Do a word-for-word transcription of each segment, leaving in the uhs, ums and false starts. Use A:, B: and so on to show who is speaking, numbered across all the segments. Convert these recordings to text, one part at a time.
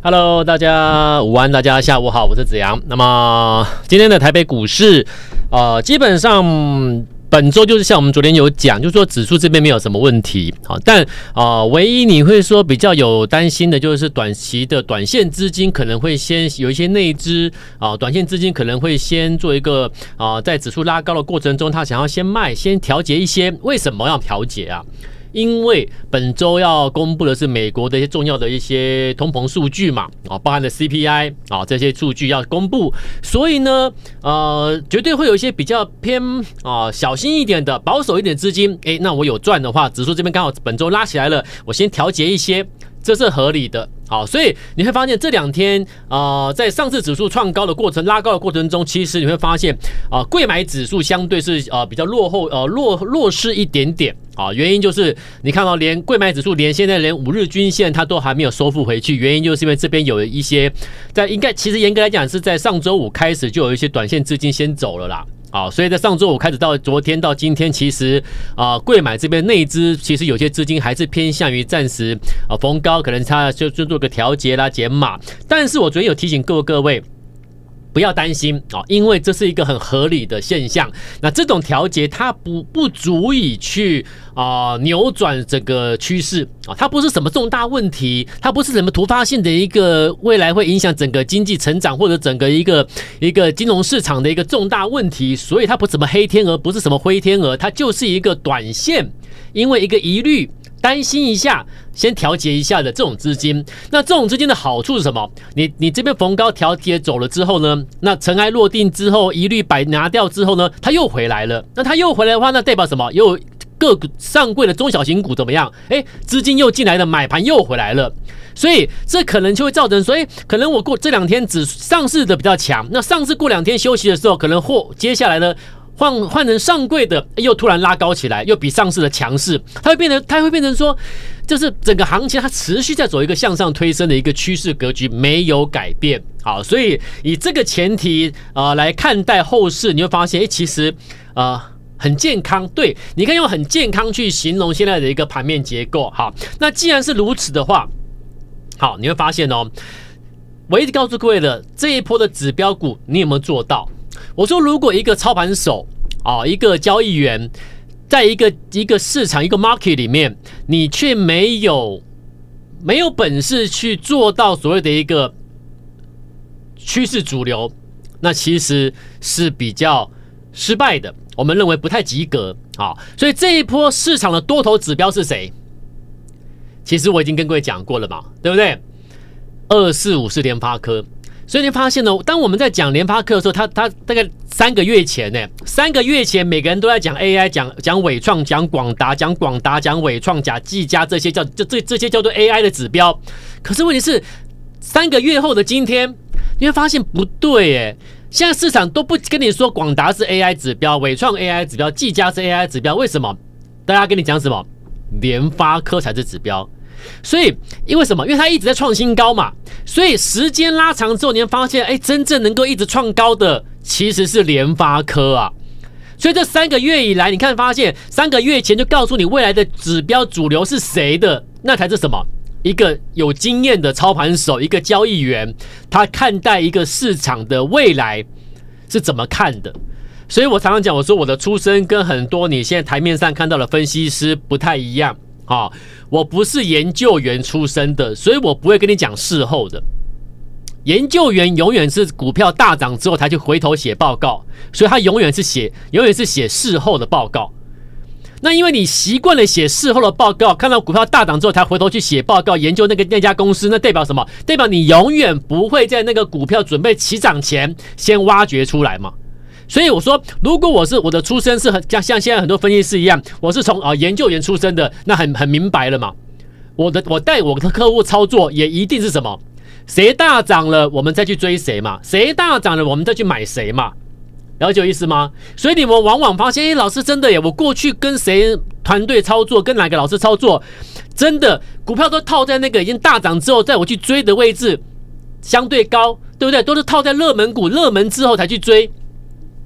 A: Hello， 大家午安，大家下午好，我是子阳。那么今天的台北股市，呃，基本上本周就是像我们昨天有讲，就是说指数这边没有什么问题，好，但啊、呃，唯一你会说比较有担心的就是短期的短线资金可能会先有一些内资啊、呃，短线资金可能会先做一个啊、呃，在指数拉高的过程中，他想要先卖，先调节一些。为什么要调节啊？因为本周要公布的是美国的一些重要的一些通膨数据嘛，啊，包含的 C P I 啊这些数据要公布，所以呢，呃，绝对会有一些比较偏啊小心一点的、保守一点资金，哎，那我有赚的话，指数这边刚好本周拉起来了，我先调节一些。这是合理的，好，所以你会发现这两天呃，在上次指数创高的过程、拉高的过程中，其实你会发现啊、呃，柜买指数相对是呃比较落后，呃弱弱势一点点啊。原因就是你看到连柜买指数连现在连五日均线它都还没有收复回去，原因就是因为这边有一些在应该其实严格来讲是在上周五开始就有一些短线资金先走了啦。好，所以在上周五开始到昨天到今天，其实啊，柜、呃、买这边内资其实有些资金还是偏向于暂时啊逢高，可能它就就做个调节啦、减码。但是我昨天有提醒各位各位。不要担心啊，因为这是一个很合理的现象。那这种调节它不不足以去啊、呃、扭转整个趋势啊，它不是什么重大问题，它不是什么突发性的一个未来会影响整个经济成长或者整个一个一个金融市场的一个重大问题，所以它不是什么黑天鹅，不是什么灰天鹅，它就是一个短线，因为一个疑虑。担心一下，先调节一下的这种资金，那这种资金的好处是什么？你你这边逢高调节走了之后呢，那尘埃落定之后，疑虑摆拿掉之后呢，它又回来了。那它又回来的话，那代表什么？又各上柜的中小型股怎么样？哎，资金又进来了，买盘又回来了。所以这可能就会造成，所以可能我过这两天只上市的比较强，那上市过两天休息的时候，可能或接下来呢？换换成上柜的，又突然拉高起来，又比上市的强势，它会变成，它会变成说，就是整个行情它持续在走一个向上推升的一个趋势格局，没有改变。好，所以以这个前提呃来看待后市，你会发现，哎，其实呃很健康，对，你可以用很健康去形容现在的一个盘面结构。好，那既然是如此的话，好，你会发现哦，我一直告诉各位的这一波的指标股，你有没有做到？我说，如果一个操盘手啊，一个交易员，在一个一个市场一个 market 里面，你却没有没有本事去做到所谓的一个趋势主流，那其实是比较失败的。我们认为不太及格啊。所以这一波市场的多头指标是谁？其实我已经跟各位讲过了嘛，对不对？二四五是联发科。所以你发现呢，当我们在讲联发科的时候，它它大概三个月前呢，三个月前每个人都在讲 A I， 讲讲伟创，讲广达，讲广达，讲伟创，讲技嘉，这些叫这这这些叫做 A I 的指标。可是问题是，三个月后的今天，你会发现不对耶。现在市场都不跟你说广达是 A I 指标，伟创 A I 指标，技嘉是 A I 指标，为什么？大家跟你讲什么？联发科才是指标。所以，因为什么？因为它一直在创新高嘛，所以时间拉长之后，你会发现，哎，真正能够一直创高的其实是联发科啊。所以这三个月以来，你看发现，三个月前就告诉你未来的指标主流是谁的，那才是什么？一个有经验的操盘手，一个交易员，他看待一个市场的未来是怎么看的。所以我常常讲，我说我的出身跟很多你现在台面上看到的分析师不太一样。好，我不是研究员出身的，所以我不会跟你讲事后的。研究员永远是股票大涨之后才去回头写报告，所以他永远是写，永远是写事后的报告。那因为你习惯了写事后的报告，看到股票大涨之后才回头去写报告，研究那个那家公司，那代表什么？代表你永远不会在那个股票准备起涨前先挖掘出来嘛。所以我说，如果我是我的出身是很像像现在很多分析师一样，我是从啊、呃、研究员出身的，那很很明白了嘛。我的我带我的客户操作也一定是什么？谁大涨了，我们再去追谁嘛；谁大涨了，我们再去买谁嘛。了解意思吗？所以你们往往发现，哎，老师真的耶，我过去跟谁团队操作，跟哪个老师操作，真的股票都套在那个已经大涨之后，在我去追的位置相对高，对不对？都是套在热门股热门之后才去追。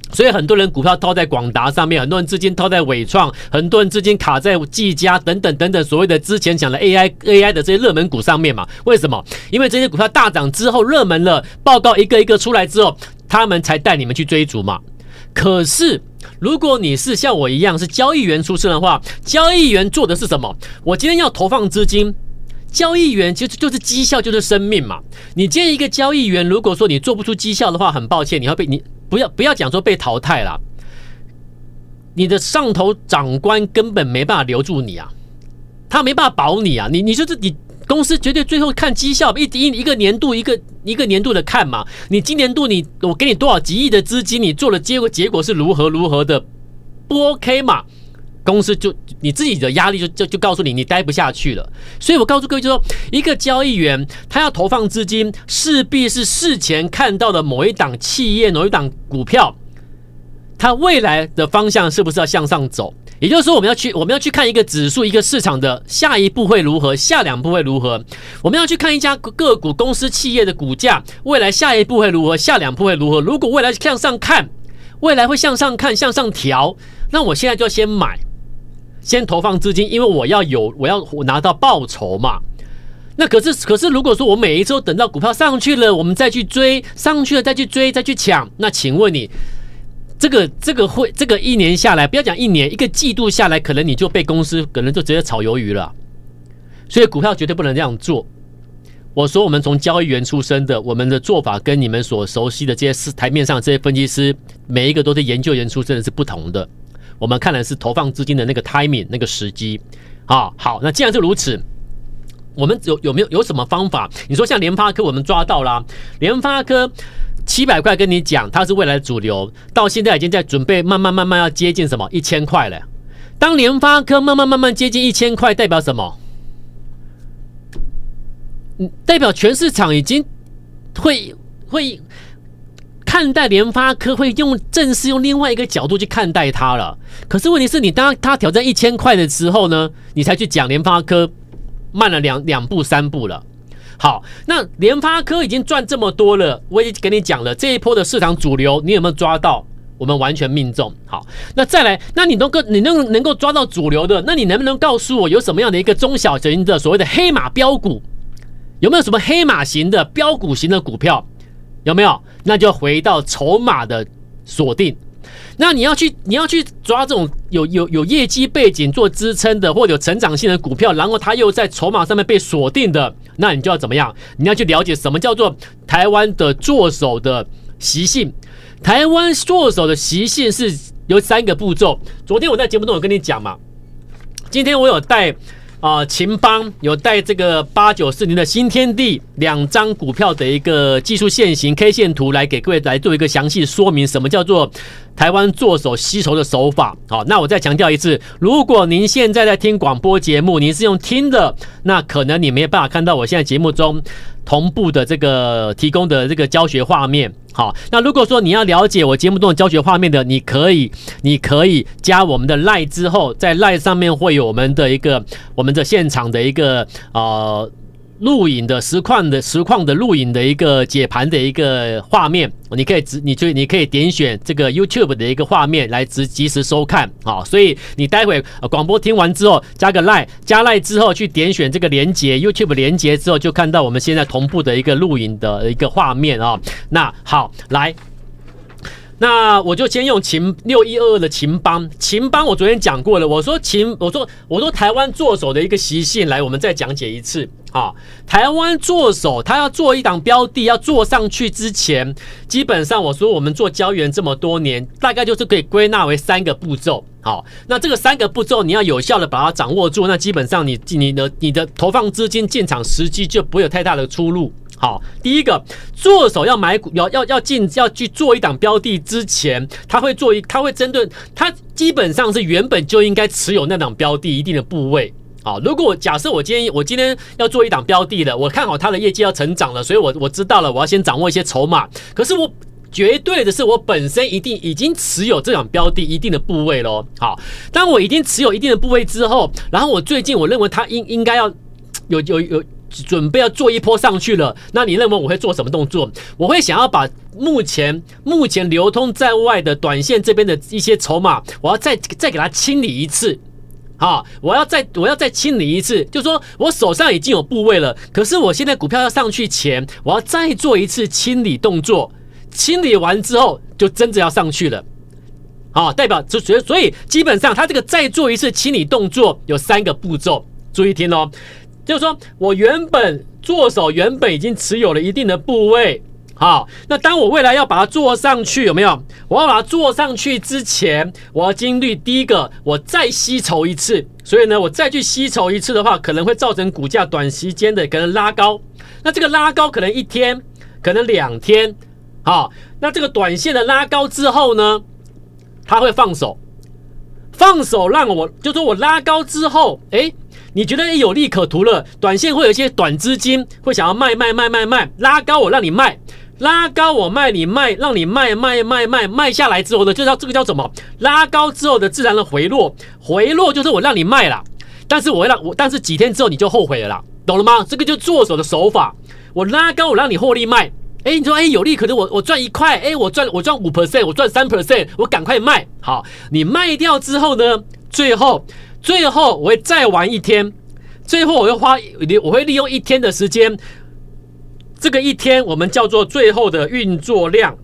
A: 所以很多人股票套在广达上面，很多人资金套在伟创，很多人资金卡在技嘉等等等等所谓的之前讲的 A I A I 的这些热门股上面嘛。为什么？因为这些股票大涨之后热门了，报告一个一个出来之后，他们才带你们去追逐嘛。可是如果你是像我一样是交易员出身的话，交易员做的是什么？我今天要投放资金。交易员其实就是绩效，就是生命嘛。你今天一个交易员，如果说你做不出绩效的话，很抱歉，你要被你不要不要讲说被淘汰啦，你的上头长官根本没办法留住你啊，他没办法保你啊。你你就是你公司绝对最后看绩效，一一一个年度一个一个年度的看嘛。你今年度你我给你多少几亿的资金，你做的结果结果是如何如何的不 OK 嘛？公司就你自己的压力就就就告诉你，你待不下去了。所以我告诉各位就说，一个交易员他要投放资金，势必是事前看到的某一档企业、某一档股票，它未来的方向是不是要向上走？也就是说，我们要去我们要去看一个指数、一个市场的下一步会如何，下两步会如何。我们要去看一家个股、公司、企业的股价，未来下一步会如何，下两步会如何。如果未来向上看，未来会向上看、向上调，那我现在就要先买。先投放资金，因为我要有，我要拿到报酬嘛。那可是，可是如果说我每一周等到股票上去了，我们再去追，上去了再去追，再去抢，那请问你，这个这个会这个一年下来，不要讲一年，一个季度下来，可能你就被公司可能就直接炒鱿鱼了。所以股票绝对不能这样做。我说我们从交易员出身的，我们的做法跟你们所熟悉的这些台面上这些分析师，每一个都是研究员出身的，是不同的。我们看的是投放资金的那个 timing 那个时机啊。好，那既然是如此，我们有有没有有什么方法？你说像联发科，我们抓到啦，联发科七百块跟你讲，它是未来的主流，到现在已经在准备慢慢慢慢要接近什么一千块了。当联发科慢慢慢慢接近一千块，代表什么？代表全市场已经会会。看待联发科会用正式用另外一个角度去看待它了。可是问题是你当它挑战一千块的时候呢，你才去讲联发科慢了两两步三步了。好，那联发科已经赚这么多了，我已经跟你讲了，这一波的市场主流你有没有抓到？我们完全命中。好，那再来，那你能够你能能够抓到主流的，那你能不能告诉我有什么样的一个中小型的所谓的黑马标股？有没有什么黑马型的标股型的股票？有没有？那就回到筹码的锁定。那你要去，你要去抓这种有有有业绩背景做支撑的，或者有成长性的股票，然后它又在筹码上面被锁定的，那你就要怎么样？你要去了解什么叫做台湾的做手的习性。台湾做手的习性是有三个步骤。昨天我在节目中有跟你讲嘛，今天我有带。啊、呃，秦邦有带这个八九四零的新天地两张股票的一个技术线型 K 线图来给各位来做一个详细说明，什么叫做台湾做手吸筹的手法。好，那我再强调一次，如果您现在在听广播节目，您是用听的，那可能你没有办法看到我现在节目中同步的这个提供的这个教学画面。好，那如果说你要了解我节目中的教学画面的，你可以，你可以加我们的 LINE 之后，在 LINE 上面会有我们的一个我们的现场的一个呃录影的实况的实况的录影的一个解盘的一个画面，你可以直你就你可以点选这个 YouTube 的一个画面来直及时收看。好，所以你待会广、呃、播听完之后，加个 LINE， 加 LINE 之后去点选这个连结 YouTube 连结之后，就看到我们现在同步的一个录影的一个画面啊、哦。那好，来。那我就先用秦六一二二的秦邦，秦邦我昨天讲过了，我说秦，我说我说台湾做手的一个习性，来我们再讲解一次啊。台湾做手，他要做一档标的，要做上去之前，基本上我说我们做交易员这么多年，大概就是可以归纳为三个步骤。好，那这个三个步骤你要有效的把它掌握住，那基本上你你的你的投放资金进场时机就不会有太大的出入。好，第一个做手要买股，要要要进要去做一档标的之前，他会做一，他会针对他基本上是原本就应该持有那档标的一定的部位。好，如果假设我今天我今天要做一档标的了，我看好它的业绩要成长了，所以我我知道了，我要先掌握一些筹码。可是我绝对的是，我本身一定已经持有这档标的一定的部位咯。好，当我已经持有一定的部位之后，然后我最近我认为它应应该要。有有有准备要做一波上去了，那你认为我会做什么动作？我会想要把目前目前流通在外的短线这边的一些筹码，我要再再给它清理一次。好，我要再我要再清理一次，就是说我手上已经有部位了，可是我现在股票要上去前，我要再做一次清理动作。清理完之后，就真的要上去了。好，代表所以基本上它这个再做一次清理动作有三个步骤，注意听哦。就是说我原本做手原本已经持有了一定的部位。好，那当我未来要把它做上去，有没有？我要把它做上去之前，我要经历第一个，我再吸筹一次。所以呢，我再去吸筹一次的话，可能会造成股价短时间的可能拉高。那这个拉高可能一天，可能两天。好，那这个短线的拉高之后呢，它会放手，放手让我，就说我拉高之后，哎，你觉得有利可图了，短线会有一些短资金会想要卖卖卖卖卖，拉高我让你卖。拉高我卖你卖，让你卖卖卖卖卖下来之后呢，就叫这个叫什么？拉高之后的自然的回落，回落就是我让你卖啦，但是我会让我，但是几天之后你就后悔了啦，懂了吗？这个就做手的手法，我拉高我让你获利卖，哎，你说哎有利可图，我我赚一块，哎我赚我赚五 percent， 我赚三 percent， 我赶快卖，好，你卖掉之后呢，最后最后我会再玩一天，最后我会花我会利用一天的时间。这个一天我们叫做最后的运作量，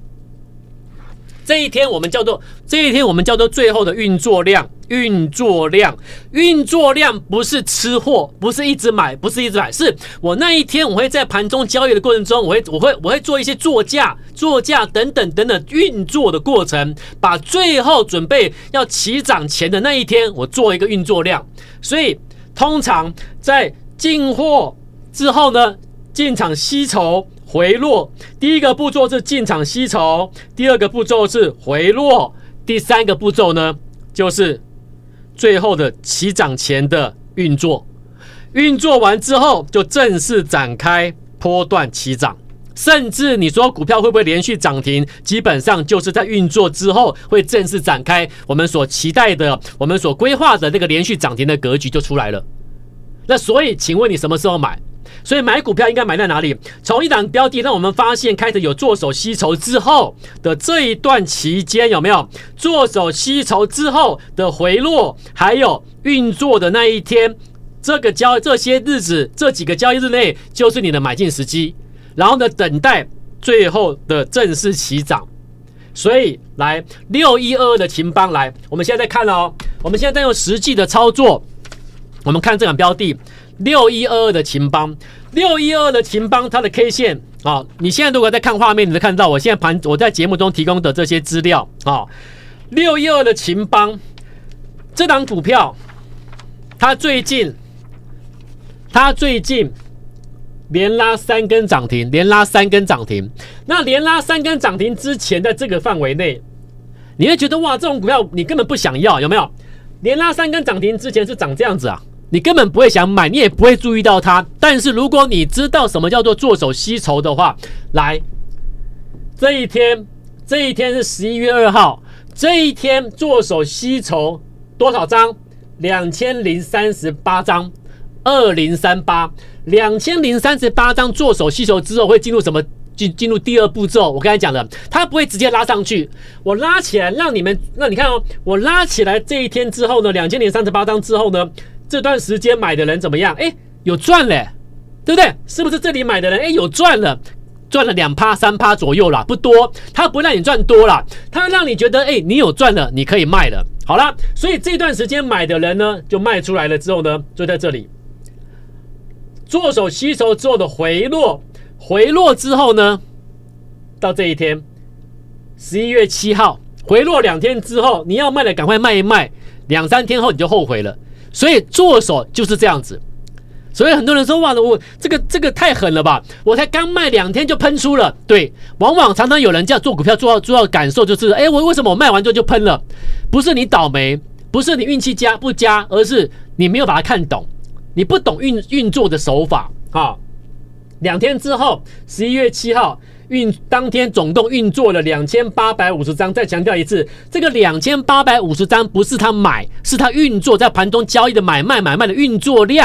A: 这一天我们叫做这一天我们叫做最后的运作量，运作量，运作量不是吃货，不是一直买，不是一直买，是我那一天我会在盘中交易的过程中，我会我会我会做一些做价、做价等等等等运作的过程，把最后准备要起涨前的那一天，我做一个运作量。所以通常在进货之后呢，进场吸筹回落，第一个步骤是进场吸筹，第二个步骤是回落，第三个步骤呢就是最后的起涨前的运作。运作完之后就正式展开波段起涨，甚至你说股票会不会连续涨停，基本上就是在运作之后会正式展开我们所期待的、我们所规划的那个连续涨停的格局就出来了。那所以请问你什么时候买？所以买股票应该买在哪里？从一档标的让我们发现开始有做手吸筹之后的这一段期间，有没有做手吸筹之后的回落，还有运作的那一天，这个交这些日子这几个交易日内就是你的买进时机，然后呢等待最后的正式起涨。所以来六一二二的秦邦，来我们现在在看哦，我们现在在用实际的操作，我们看这档标的六一二二的秦邦，六一二二的秦邦，它的 K 线啊、哦，你现在如果在看画面，你就看到我现在盘我在节目中提供的这些资料啊、哦。六一二二的秦邦这档股票，它最近它最近连拉三根涨停，连拉三根涨停。那连拉三根涨停之前，在这个范围内，你会觉得哇，这种股票你根本不想要，有没有？连拉三根涨停之前是长这样子啊。你根本不会想买，你也不会注意到它。但是如果你知道什么叫做做手吸筹的话，来，这一天，这一天是十一月二号，这一天做手吸筹多少张？两千零三十八张，二零三八，两千零三十八张做手吸筹之后会进入什么？进进入第二步骤，我刚才讲了，它不会直接拉上去，我拉起来让你们，那你看哦，我拉起来这一天之后呢，两千零三十八张之后呢？这段时间买的人怎么样？哎，有赚嘞，对不对？是不是这里买的人哎有赚了，赚了两趴三趴左右啦，不多，他不会让你赚多啦，他会让你觉得哎你有赚了，你可以卖了。好啦，所以这段时间买的人呢，就卖出来了之后呢，就在这里做手吸筹之后的回落，回落之后呢，到这一天十一月七号回落两天之后，你要卖的赶快卖一卖，两三天后你就后悔了。所以做手就是这样子，所以很多人说哇，我这个这个太狠了吧！我才刚卖两天就喷出了。对，往往常常有人这样做股票做到做到感受就是，哎，我为什么我卖完之后就喷了？不是你倒霉，不是你运气佳不佳，而是你没有把它看懂，你不懂运运作的手法啊。两天之后，十一月七号。运当天总共运作了两千八百五十张，再强调一次，这个两千八百五十张不是他买，是他运作在盘中交易的买卖买卖的运作量。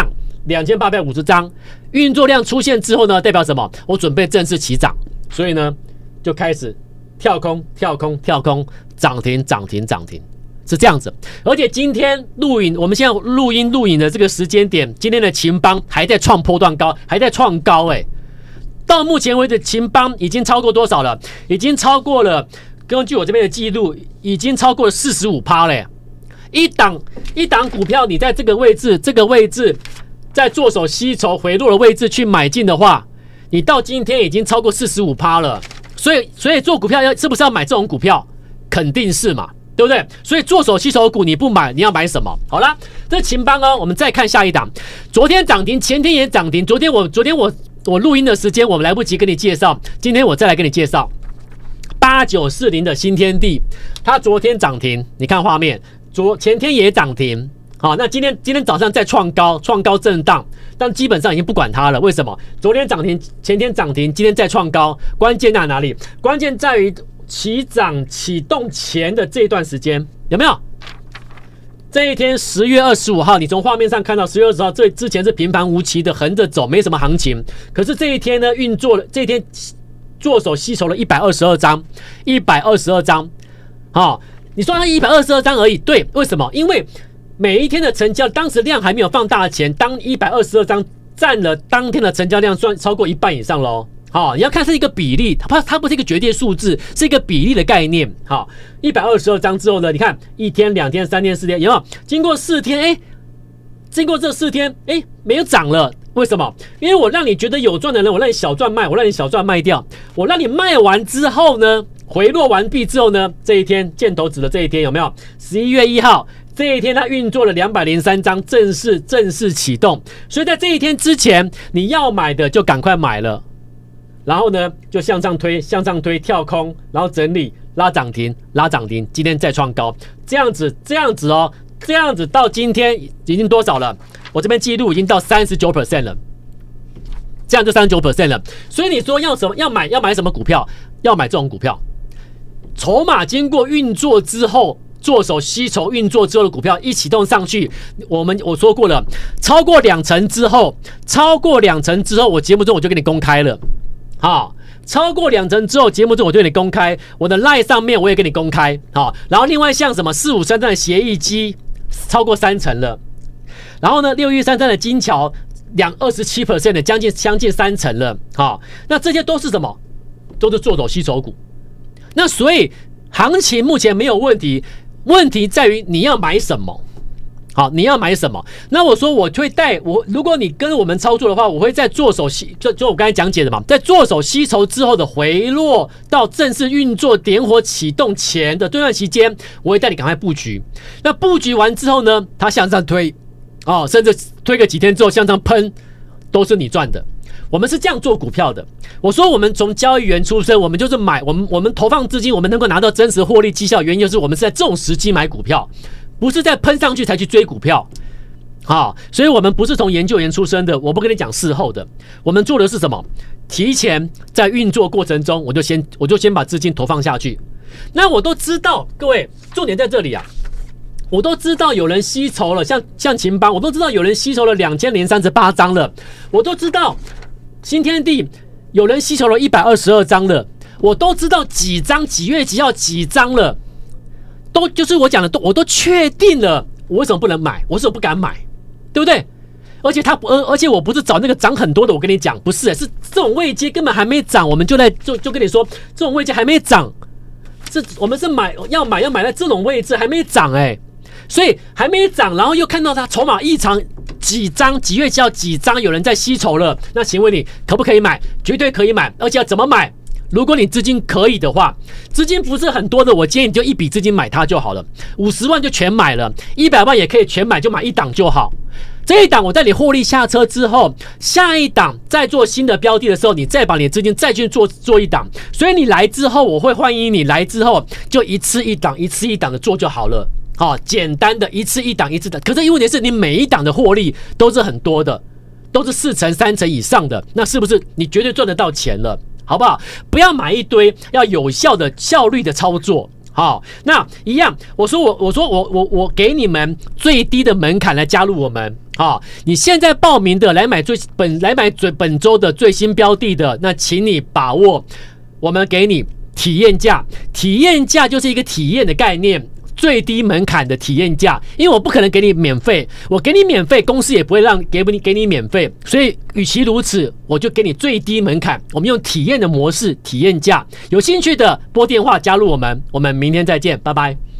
A: 两千八百五十张，运作量出现之后呢，代表什么？我准备正式起涨，所以呢就开始跳空、跳空、跳空，涨停、涨停、涨停，是这样子。而且今天录影，我们现在录音录影的这个时间点，今天的秦邦还在创波段高，还在创高哎、欸。到目前为止，秦邦已经超过多少了？已经超过了，根据我这边的记录，已经超过了 百分之四十五 嘞。一档一档股票，你在这个位置，这个位置，在做手吸筹回落的位置去买进的话，你到今天已经超过 百分之四十五 了。所以，所以做股票要是不是要买这种股票？肯定是嘛，对不对？所以做手吸筹股你不买，你要买什么？好啦，这秦邦哦，我们再看下一档。昨天涨停，前天也涨停。昨天我昨天我我录音的时间我们来不及跟你介绍，今天我再来跟你介绍八九四零的新天地，它昨天涨停，你看画面。昨前天也涨停，好，那今天今天早上再创高，创高震荡，但基本上已经不管它了。为什么？昨天涨停，前天涨停，今天再创高，关键在哪里？关键在于起涨启动前的这一段时间，有没有？这一天十月二十五号，你从画面上看到十月二十号，这之前是平盘无奇的横着走，没什么行情。可是这一天呢，运作了，这一天做手吸筹了一百二十二张，一百二十二张，好。你说它一百二十二张而已，对，为什么？因为每一天的成交，当时量还没有放大前，当一百二十二张占了当天的成交量，算超过一半以上喽。好，你要看是一个比例，它它不是一个绝对数字，是一个比例的概念。好，一百二十二张之后呢，你看一天、两天、三天、四天，有没有？经过四天，哎，经过这四天，哎，没有涨了。为什么？因为我让你觉得有赚的人，我让你小赚卖，我让你小赚卖掉，我让你卖完之后呢？回落完毕之后呢，这一天箭头指的这一天有没有？十一月一号这一天，它运作了两百零三张，正式正式启动。所以在这一天之前，你要买的就赶快买了，然后呢就向上推，向上推，跳空，然后整理，拉涨停，拉涨停，今天再创高，这样子，这样子哦，这样子到今天已经多少了？我这边记录已经到 百分之三十九 了。这样就 百分之三十九 了。所以你说要什么？要买要买什么股票？要买这种股票。筹码经过运作之后，做手吸筹运作之后的股票一启动上去，我们我说过了，超过两成之后，超过两成之后，我节目中我就给你公开了，好，超过两成之后，节目中我就给你公开，我的 LINE 上面我也给你公开，好，然后另外像什么四五三三的协议机超过三成了，然后呢六一三三的金桥两二十七 percent 的将近将近三成了，好，那这些都是什么？都是做手吸筹股。那所以行情目前没有问题，问题在于你要买什么。好，你要买什么？那我说我会带我，如果你跟我们操作的话，我会在做手吸，就就我刚才讲解的嘛，在做手吸筹之后的回落到正式运作点火启动前的这段期间，我会带你赶快布局。那布局完之后呢，它向上推，哦，甚至推个几天之后向上喷，都是你赚的。我们是这样做股票的。我说我们从交易员出身，我们就是买，我们我们投放资金，我们能够拿到真实获利绩效，原因就是我们是在这种时机买股票，不是在喷上去才去追股票。好，所以我们不是从研究员出身的，我不跟你讲事后的，我们做的是什么？提前在运作过程中，我就先我就先把资金投放下去。那我都知道，各位，重点在这里啊。我都知道有人吸筹了，像像秦邦，我都知道有人吸筹了两千零三十八张了，我都知道新天地有人吸筹了一百二十二张了，我都知道几张几月几号几张了，都就是我讲的，都我都确定了，我为什么不能买？我为什么不敢买？对不对？而且他而而且我不是找那个涨很多的，我跟你讲，不是，是这种位阶根本还没涨，我们就在就就跟你说，这种位阶还没涨，这我们是买要买要买在这种位置还没涨哎、欸。所以还没涨，然后又看到它筹码异常，几张几月几号几张有人在吸筹了，那请问你可不可以买？绝对可以买，而且要怎么买？如果你资金可以的话，资金不是很多的，我建议你就一笔资金买它就好了，五十万就全买了，一百万也可以全买，就买一档就好。这一档我带你获利下车之后，下一档再做新的标的的时候，你再把你的资金再去做做一档。所以你来之后，我会欢迎你来之后就一次一档，一次一档的做就好了。好，简单的一次一档一次的，可是问题是你每一档的获利都是很多的，都是四成三成以上的，那是不是你绝对赚得到钱了？好不好？不要买一堆，要有效的效率的操作。 好，那一样，我说我我说我我我给你们最低的门槛来加入我们。好，你现在报名的来买最本来买最本周的最新标的的，那请你把握，我们给你体验价，体验价就是一个体验的概念。最低门槛的体验价，因为我不可能给你免费，我给你免费，公司也不会让给你给你免费，所以与其如此，我就给你最低门槛，我们用体验的模式，体验价，有兴趣的拨电话加入我们，我们明天再见，拜拜。